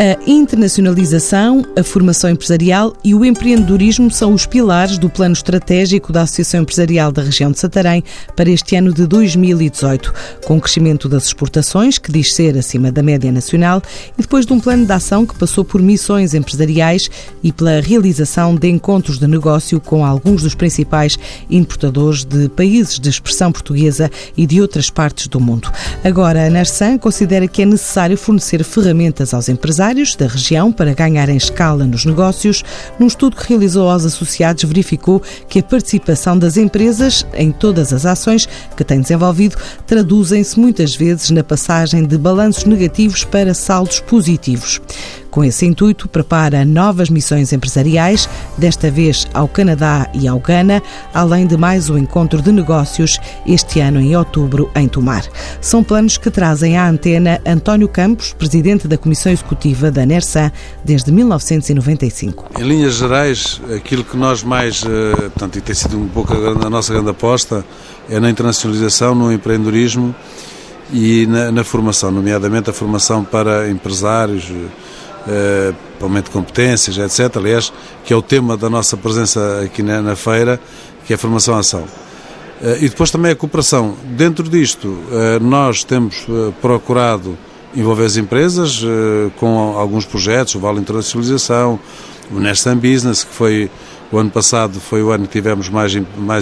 A internacionalização, a formação empresarial e o empreendedorismo são os pilares do plano estratégico da Associação Empresarial da Região de Santarém para este ano de 2018, com o crescimento das exportações, que diz ser acima da média nacional, e depois de um plano de ação que passou por missões empresariais e pela realização de encontros de negócio com alguns dos principais importadores de países de expressão portuguesa e de outras partes do mundo. Agora, a Nersan considera que é necessário fornecer ferramentas aos empresários da região para ganharem escala nos negócios. Num estudo que realizou aos associados, verificou que a participação das empresas em todas as ações que têm desenvolvido traduzem-se muitas vezes na passagem de balanços negativos para saldos positivos. Com esse intuito, prepara novas missões empresariais, desta vez ao Canadá e ao Ghana, além de mais um encontro de negócios este ano em outubro em Tomar. São planos que trazem à antena António Campos, presidente da Comissão Executiva da Nersan desde 1995. Em linhas gerais, aquilo que nós mais, e tem sido um pouco a nossa grande aposta, é na internacionalização, no empreendedorismo e na formação, nomeadamente a formação para empresários, para aumento de competências, etc. Aliás, que é o tema da nossa presença aqui na feira, que é a formação-ação. E depois também a cooperação. Dentro disto, nós temos procurado envolver as empresas com alguns projetos, o Vale Internacionalização, o Nersan Business, que foi o ano passado, foi o ano que tivemos mais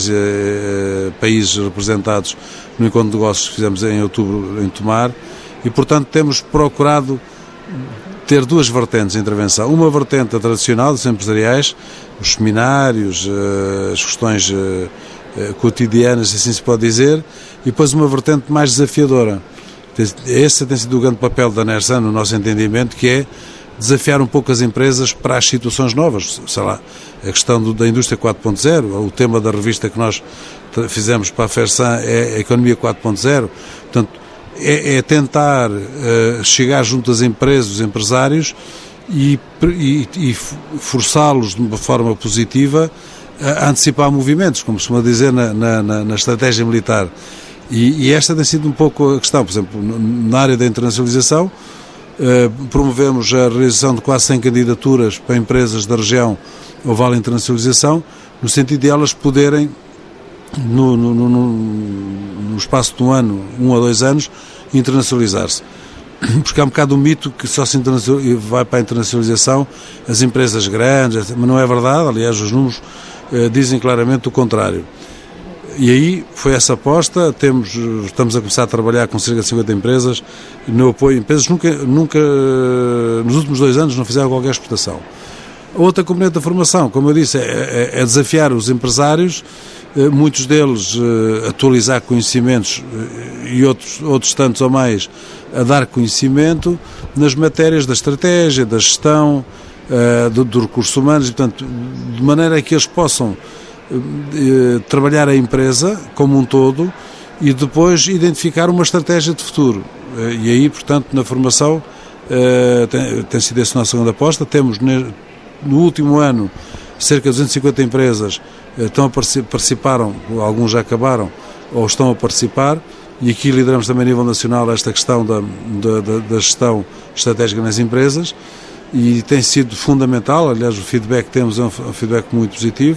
países representados no encontro de negócios que fizemos em outubro em Tomar, e portanto temos procurado ter duas vertentes de intervenção. Uma vertente tradicional dos empresariais, os seminários, as questões cotidianas, assim se pode dizer, e depois uma vertente mais desafiadora. Esse tem sido o grande papel da Nersan, no nosso entendimento, que é desafiar um pouco as empresas para as situações novas. Sei lá, a questão da indústria 4.0, o tema da revista que nós fizemos para a FERSAN é a economia 4.0, portanto, é tentar chegar junto às empresas, os empresários, e forçá-los de uma forma positiva a antecipar movimentos, como se costuma dizer na estratégia militar. E esta tem sido um pouco a questão. Por exemplo, na área da internacionalização, promovemos a realização de quase 100 candidaturas para empresas da região ao Vale Internacionalização, no sentido de elas poderem, no espaço de um ano, 1 a 2 anos, internacionalizar-se. Porque há um bocado um mito que só se vai para a internacionalização as empresas grandes, mas não é verdade. Aliás, os números dizem claramente o contrário. E aí foi essa aposta. Estamos a começar a trabalhar com cerca de 50 empresas no apoio. Empresas nunca nos últimos 2 anos não fizeram qualquer exportação. A outra componente da formação, como eu disse, é desafiar os empresários, muitos deles atualizar conhecimentos e outros tantos ou mais a dar conhecimento nas matérias da estratégia, da gestão, dos recursos humanos, e, portanto, de maneira que eles possam trabalhar a empresa como um todo e depois identificar uma estratégia de futuro. E aí, portanto, na formação tem sido essa a nossa segunda aposta. Temos no último ano cerca de 250 empresas participaram, alguns já acabaram ou estão a participar, e aqui lideramos também a nível nacional esta questão da gestão estratégica nas empresas, e tem sido fundamental. Aliás, o feedback que temos é um feedback muito positivo.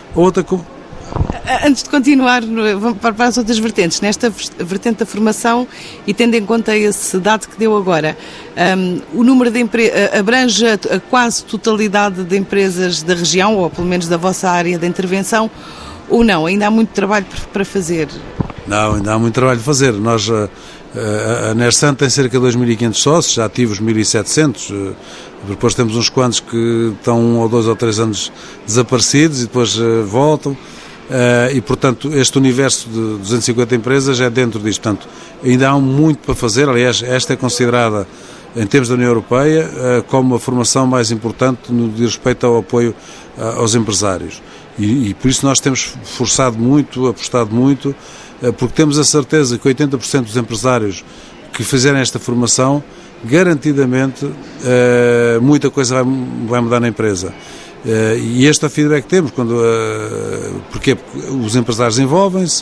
Antes de continuar, vamos para as outras vertentes. Nesta vertente da formação, e tendo em conta esse dado que deu agora, o número de abrange a quase totalidade de empresas da região, ou pelo menos da vossa área de intervenção, ou não? Ainda há muito trabalho para fazer? Não, ainda há muito trabalho a fazer. A Nersan tem cerca de 2.500 sócios, já ativos 1.700, depois temos uns quantos que estão 1 ou 2 ou 3 anos desaparecidos e depois voltam, e portanto este universo de 250 empresas é dentro disto. Portanto, ainda há muito para fazer. Aliás, esta é considerada, em termos da União Europeia, como a formação mais importante no que diz respeito ao apoio aos empresários, e por isso nós temos forçado muito, apostado muito, porque temos a certeza que 80% dos empresários que fizerem esta formação, garantidamente muita coisa vai mudar na empresa. E este é o feedback que temos. Porquê? Porque os empresários envolvem-se,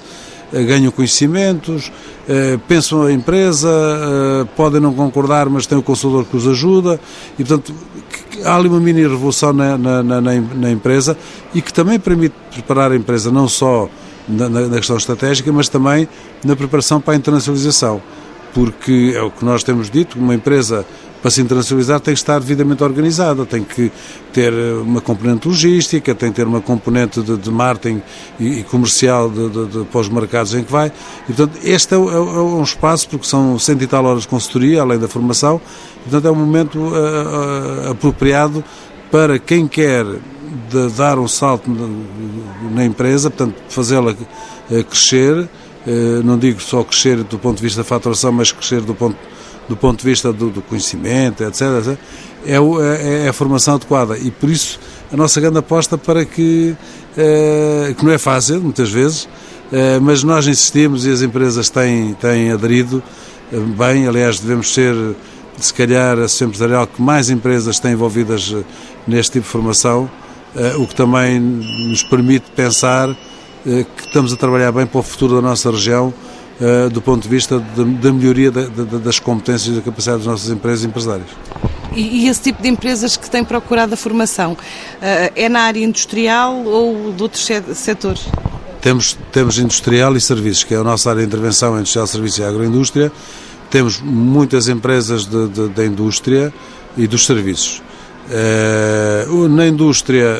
ganham conhecimentos, pensam a empresa, podem não concordar, mas têm o consultor que os ajuda, e portanto há ali uma mini revolução na empresa, e que também permite preparar a empresa não só na questão estratégica, mas também na preparação para a internacionalização, porque é o que nós temos dito, uma empresa para se internacionalizar tem que estar devidamente organizada, tem que ter uma componente logística, tem que ter uma componente de marketing e comercial para os mercados em que vai, e portanto este é um espaço, porque são 100 e tal horas de consultoria, além da formação, e, portanto é um momento apropriado para quem quer dar um salto na empresa, portanto fazê-la crescer, não digo só crescer do ponto de vista da faturação, mas crescer do ponto de vista do conhecimento, etc. É a formação adequada, e por isso a nossa grande aposta para que não é fácil, muitas vezes, mas nós insistimos e as empresas têm aderido bem. Aliás, devemos ser, se calhar, a associação empresarial que mais empresas têm envolvidas neste tipo de formação, o que também nos permite pensar que estamos a trabalhar bem para o futuro da nossa região, do ponto de vista da melhoria das competências e da capacidade das nossas empresas e empresários. E esse tipo de empresas que têm procurado a formação, é na área industrial ou de outros setores? Temos industrial e serviços, que é a nossa área de intervenção, industrial, serviços e agroindústria. Temos muitas empresas da indústria e dos serviços. Na indústria,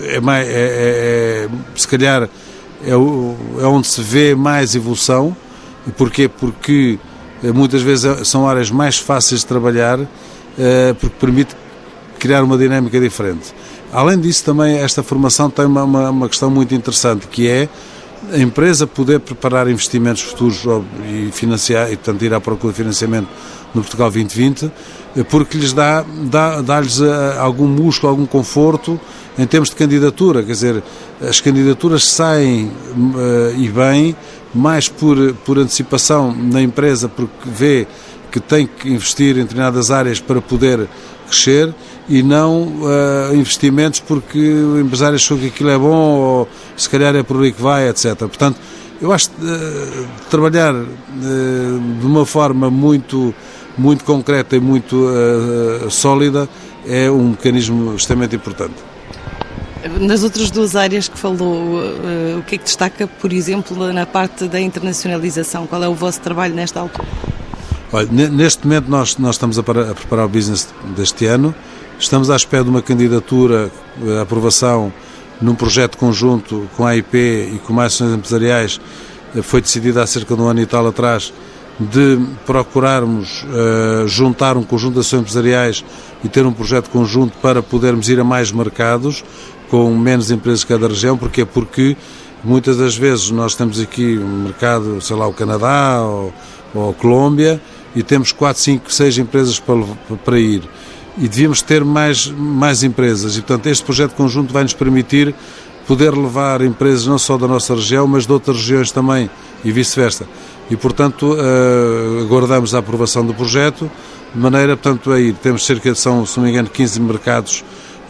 se calhar, é onde se vê mais evolução. E porquê? Porque muitas vezes são áreas mais fáceis de trabalhar, porque permite criar uma dinâmica diferente. Além disso, também esta formação tem uma questão muito interessante, que é a empresa poder preparar investimentos futuros e financiar, e portanto ir à procura de financiamento no Portugal 2020, porque lhes dá-lhes algum músculo, algum conforto em termos de candidatura. Quer dizer, as candidaturas saem e bem mais por antecipação na empresa, porque vê que tem que investir em determinadas áreas para poder crescer, e não investimentos porque o empresário achou que aquilo é bom, ou se calhar é por aí que vai, etc. Portanto, eu acho que trabalhar de uma forma muito concreta e muito sólida é um mecanismo extremamente importante. Nas outras duas áreas que falou, o que é que destaca, por exemplo, na parte da internacionalização? Qual é o vosso trabalho nesta altura? Olha, neste momento nós estamos a preparar o business deste ano. Estamos à espera de uma candidatura, a aprovação num projeto conjunto com a AIP e com mais ações empresariais. Foi decidida há cerca de um ano e tal atrás de procurarmos juntar um conjunto de ações empresariais e ter um projeto conjunto para podermos ir a mais mercados, com menos empresas de cada região. Porquê? Porque muitas das vezes nós temos aqui um mercado, sei lá, o Canadá ou a Colômbia, e temos 4, 5, 6 empresas para ir. E devíamos ter mais empresas. E, portanto, este projeto conjunto vai nos permitir poder levar empresas não só da nossa região, mas de outras regiões também, e vice-versa. E, portanto, aguardamos a aprovação do projeto, de maneira, portanto, a ir. Temos cerca de, se não me engano, 15 mercados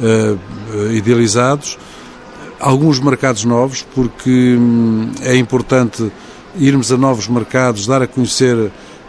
idealizados, alguns mercados novos, porque é importante irmos a novos mercados, dar a conhecer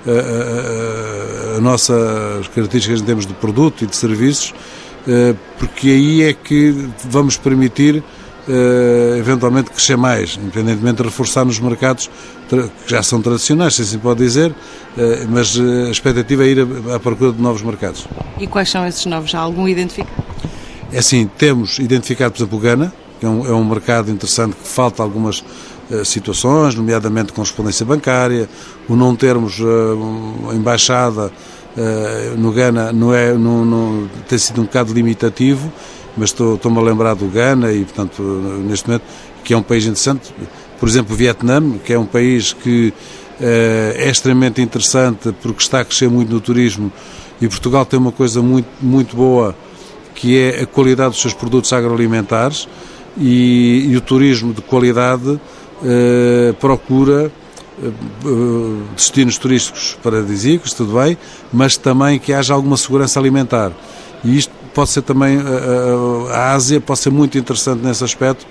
as características em termos de produto e de serviços, porque aí é que vamos permitir eventualmente crescer mais, independentemente de reforçar nos mercados que já são tradicionais, se assim pode dizer, mas a expectativa é ir à procura de novos mercados. E quais são esses novos? Já há algum identificado? É assim, temos identificado, por exemplo, o Ghana, que é um mercado interessante, que falta algumas situações, nomeadamente correspondência bancária, o não termos embaixada no Ghana tem sido um bocado limitativo, mas estou-me a lembrar do Ghana e, portanto, neste momento, que é um país interessante. Por exemplo, o Vietnã, que é um país que é extremamente interessante porque está a crescer muito no turismo, e Portugal tem uma coisa muito, muito boa, que é a qualidade dos seus produtos agroalimentares, e o turismo de qualidade procura destinos turísticos paradisíacos, tudo bem, mas também que haja alguma segurança alimentar. E isto pode ser também, a Ásia pode ser muito interessante nesse aspecto,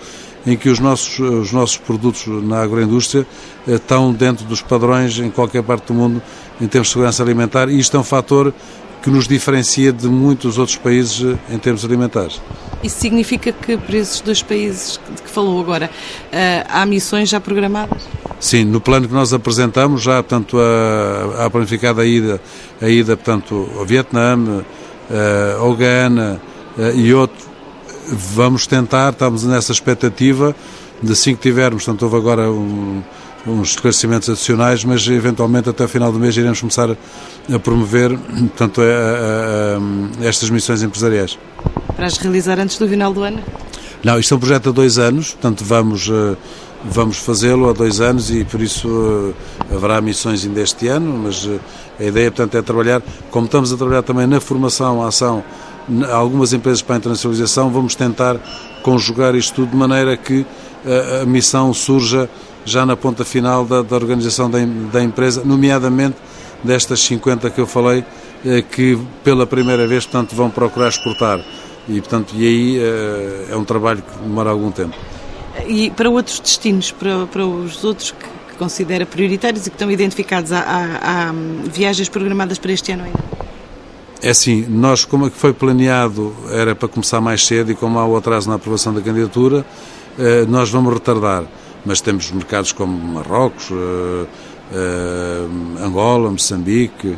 em que os nossos produtos na agroindústria estão dentro dos padrões em qualquer parte do mundo em termos de segurança alimentar, e isto é um fator que nos diferencia de muitos outros países em termos alimentares. Isso significa que para esses 2 países que falou agora, há missões já programadas? Sim, no plano que nós apresentamos já, portanto, há planificada a ida, portanto, ao Vietnã, ao Ghana e outro. Vamos tentar, estamos nessa expectativa de, assim que tivermos, portanto, houve agora uns esclarecimentos adicionais, mas eventualmente até o final do mês iremos começar a promover, portanto, estas missões empresariais. Para as realizar antes do final do ano? Não, isto é um projeto a 2 anos, portanto vamos fazê-lo a 2 anos e por isso haverá missões ainda este ano, mas a ideia, portanto, é trabalhar, como estamos a trabalhar também na formação, a ação, algumas empresas para a internacionalização, vamos tentar conjugar isto tudo de maneira que a missão surja já na ponta final da organização da empresa, nomeadamente destas 50 que eu falei, que pela primeira vez, portanto, vão procurar exportar. E aí é um trabalho que demora algum tempo. E para outros destinos, para os outros que considera prioritários e que estão identificados, há viagens programadas para este ano ainda? É assim, nós, como foi planeado, era para começar mais cedo e como há o atraso na aprovação da candidatura, nós vamos retardar. Mas temos mercados como Marrocos, Angola, Moçambique,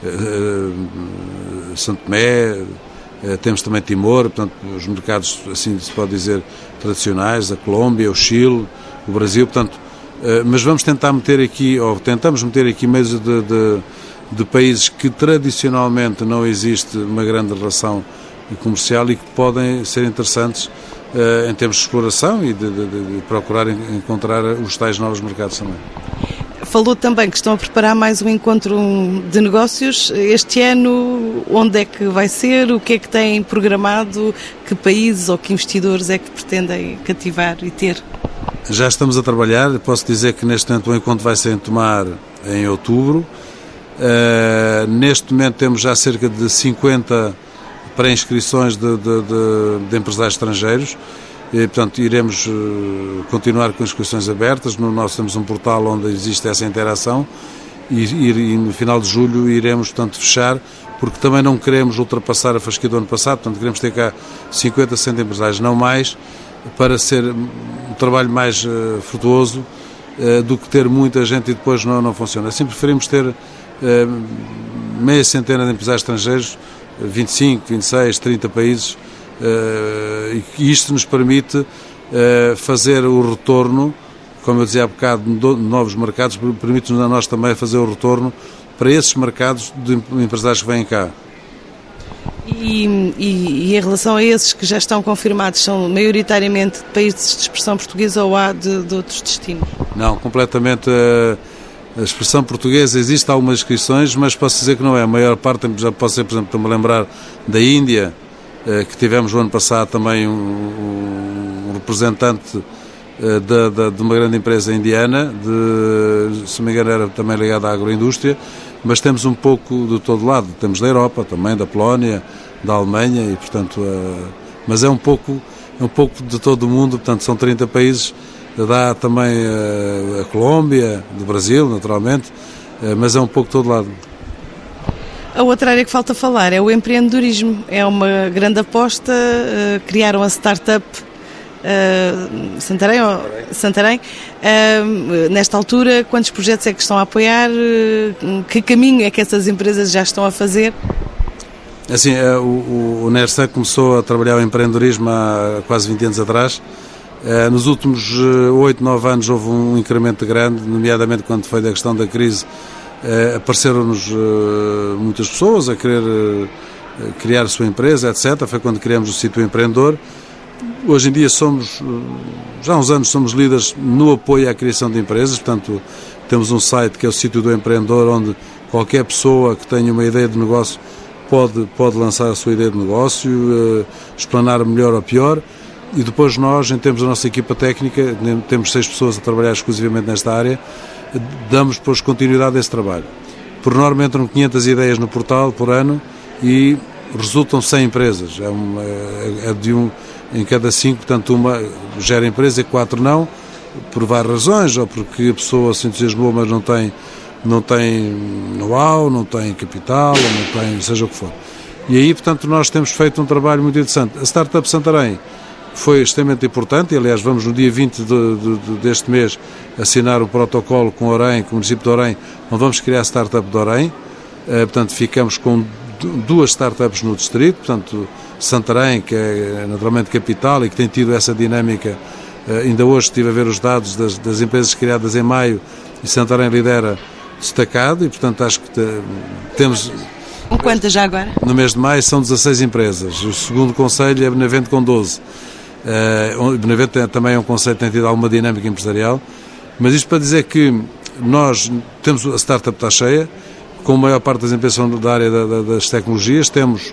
São Tomé, temos também Timor, portanto, os mercados, assim se pode dizer, tradicionais, a Colômbia, o Chile, o Brasil, portanto, mas vamos tentar meter aqui, ou tentamos meter aqui meios de países que tradicionalmente não existe uma grande relação comercial e que podem ser interessantes em termos de exploração e de procurar encontrar os tais novos mercados também. Falou também que estão a preparar mais um encontro de negócios. Este ano, onde é que vai ser? O que é que têm programado? Que países ou que investidores é que pretendem cativar e ter? Já estamos a trabalhar. Posso dizer que neste momento o encontro vai ser em Tomar em outubro. Neste momento temos já cerca de 50 pré-inscrições de empresários estrangeiros. E, portanto, iremos continuar com inscrições abertas. Nós temos um portal onde existe essa interação e no final de julho iremos, portanto, fechar, porque também não queremos ultrapassar a fasquia do ano passado, portanto, queremos ter cá 50, 60 empresários, não mais, para ser um trabalho mais frutuoso do que ter muita gente e depois não funciona. Assim preferimos ter meia centena de empresários estrangeiros, 25, 26, 30 países, e isto nos permite fazer o retorno, como eu dizia há bocado, de novos mercados, permite-nos a nós também fazer o retorno para esses mercados de empresários que vêm cá. E em relação a esses que já estão confirmados, são maioritariamente de países de expressão portuguesa ou há de outros destinos? Não, completamente a expressão portuguesa, existe algumas inscrições, mas posso dizer que não é. A maior parte, já posso ser, por exemplo, estou-me a lembrar da Índia, que tivemos o ano passado também um representante de uma grande empresa indiana, se não me engano era também ligada à agroindústria, mas temos um pouco de todo lado, temos da Europa também, da Polónia, da Alemanha, e portanto, mas é um pouco de todo o mundo, portanto são 30 países, dá também a Colômbia, do Brasil naturalmente, mas é um pouco de todo lado. A outra área que falta falar é o empreendedorismo. É uma grande aposta. Criaram a startup Santarém. Nesta altura, quantos projetos é que estão a apoiar? Que caminho é que essas empresas já estão a fazer? Assim, o NERSAN começou a trabalhar o empreendedorismo há quase 20 anos atrás. Nos últimos 8, 9 anos houve um incremento grande, nomeadamente quando foi da questão da crise. Apareceram-nos muitas pessoas a querer criar a sua empresa, etc. Foi quando criamos o Sítio Empreendedor. Hoje em dia já há uns anos somos líderes no apoio à criação de empresas, portanto temos um site que é o Sítio do Empreendedor, onde qualquer pessoa que tenha uma ideia de negócio pode lançar a sua ideia de negócio, explanar melhor ou pior. E depois nós, em termos da nossa equipa técnica, temos 6 pessoas a trabalhar exclusivamente nesta área, damos depois continuidade a esse trabalho. Por norma entram 500 ideias no portal por ano e resultam 100 empresas. em cada 5, portanto, uma gera empresa e 4 não, por várias razões, ou porque a pessoa se entusiasmou, mas não tem know-how, não tem capital, ou não tem, seja o que for. E aí, portanto, nós temos feito um trabalho muito interessante. A Startup Santarém foi extremamente importante, e aliás vamos no dia 20 deste mês assinar o protocolo com Orém, com o município de Orém, onde vamos criar a Startup de Orém. Portanto, ficamos com 2 startups no distrito, portanto, Santarém, que é naturalmente capital e que tem tido essa dinâmica. Ainda hoje estive a ver os dados das empresas criadas em maio e Santarém lidera destacado e, portanto, acho que temos... Quantas já agora? No mês de maio são 16 empresas. O segundo concelho é Benavente com 12. Benavente também é um concelho que tem tido alguma dinâmica empresarial, mas isto para dizer que nós temos a startup está cheia, com a maior parte das empresas da área das tecnologias, temos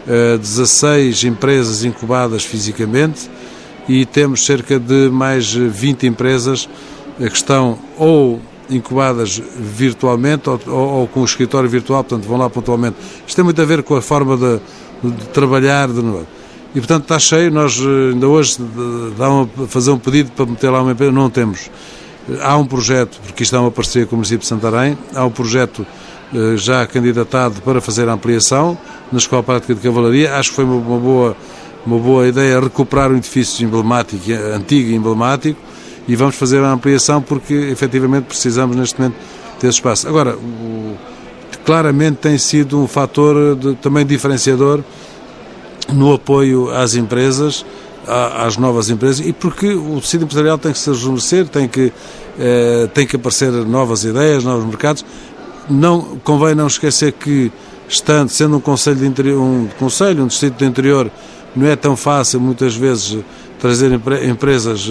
16 empresas incubadas fisicamente e temos cerca de mais 20 empresas que estão ou incubadas virtualmente ou com o escritório virtual, portanto vão lá pontualmente. Isto tem muito a ver com a forma de trabalhar e portanto está cheio. Nós ainda hoje fazer um pedido para meter lá uma empresa, não temos. Há um projeto, porque isto é uma parceria com o município de Santarém, há um projeto já candidatado para fazer a ampliação na Escola Prática de Cavalaria. Acho que foi uma boa ideia recuperar um edifício emblemático, antigo e emblemático, e vamos fazer a ampliação porque efetivamente precisamos neste momento desse espaço. Agora, claramente tem sido um fator também diferenciador no apoio às empresas, às novas empresas, e porque o tecido empresarial tem que se rejuvenescer, tem que aparecer novas ideias, novos mercados. Não convém não esquecer que, sendo um concelho de interior, um distrito de interior, não é tão fácil muitas vezes trazer empresas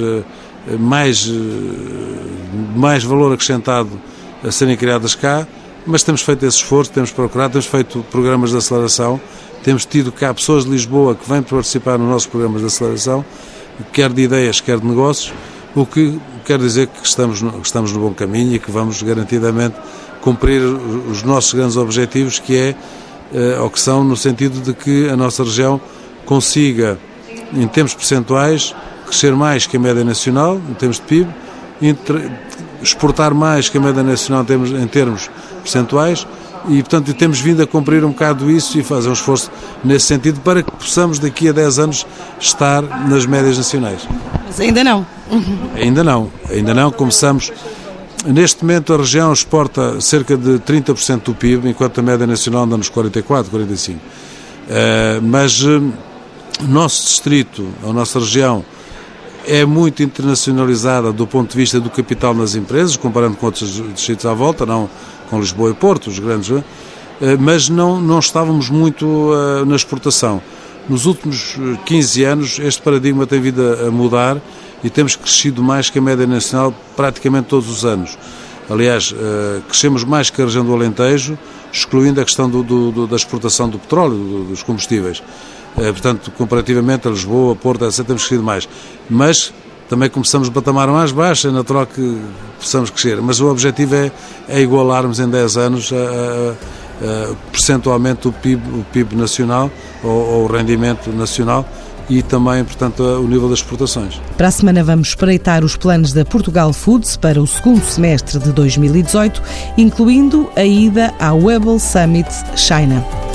mais valor acrescentado a serem criadas cá, mas temos feito esse esforço, temos procurado, temos feito programas de aceleração, temos tido cá pessoas de Lisboa que vêm participar nos nossos programas de aceleração, quer de ideias, quer de negócios, o que quer dizer que estamos no bom caminho e que vamos garantidamente cumprir os nossos grandes objetivos, ou que são no sentido de que a nossa região consiga, em termos percentuais, crescer mais que a média nacional, em termos de PIB, exportar mais que a média nacional em termos percentuais, e, portanto, temos vindo a cumprir um bocado isso e fazer um esforço nesse sentido para que possamos, daqui a 10 anos, estar nas médias nacionais. Mas ainda não. Ainda não. Começamos... Neste momento a região exporta cerca de 30% do PIB, enquanto a média nacional anda nos 44%, 45%. Mas o nosso distrito, a nossa região, é muito internacionalizada do ponto de vista do capital nas empresas, comparando com outros distritos à volta, não com Lisboa e Porto, os grandes, mas não estávamos muito na exportação. Nos últimos 15 anos este paradigma tem vindo a mudar e temos crescido mais que a média nacional praticamente todos os anos. Aliás, crescemos mais que a região do Alentejo, excluindo a questão da exportação do petróleo, dos combustíveis. Portanto, comparativamente a Lisboa, Porto, etc., temos crescido mais. Mas também começamos a patamar mais baixo, é natural que possamos crescer. Mas o objetivo é igualarmos em 10 anos percentualmente o PIB nacional, ou o rendimento nacional, e também, portanto, o nível das exportações. Para a semana vamos espreitar os planos da Portugal Foods para o segundo semestre de 2018, incluindo a ida à Webel Summit China.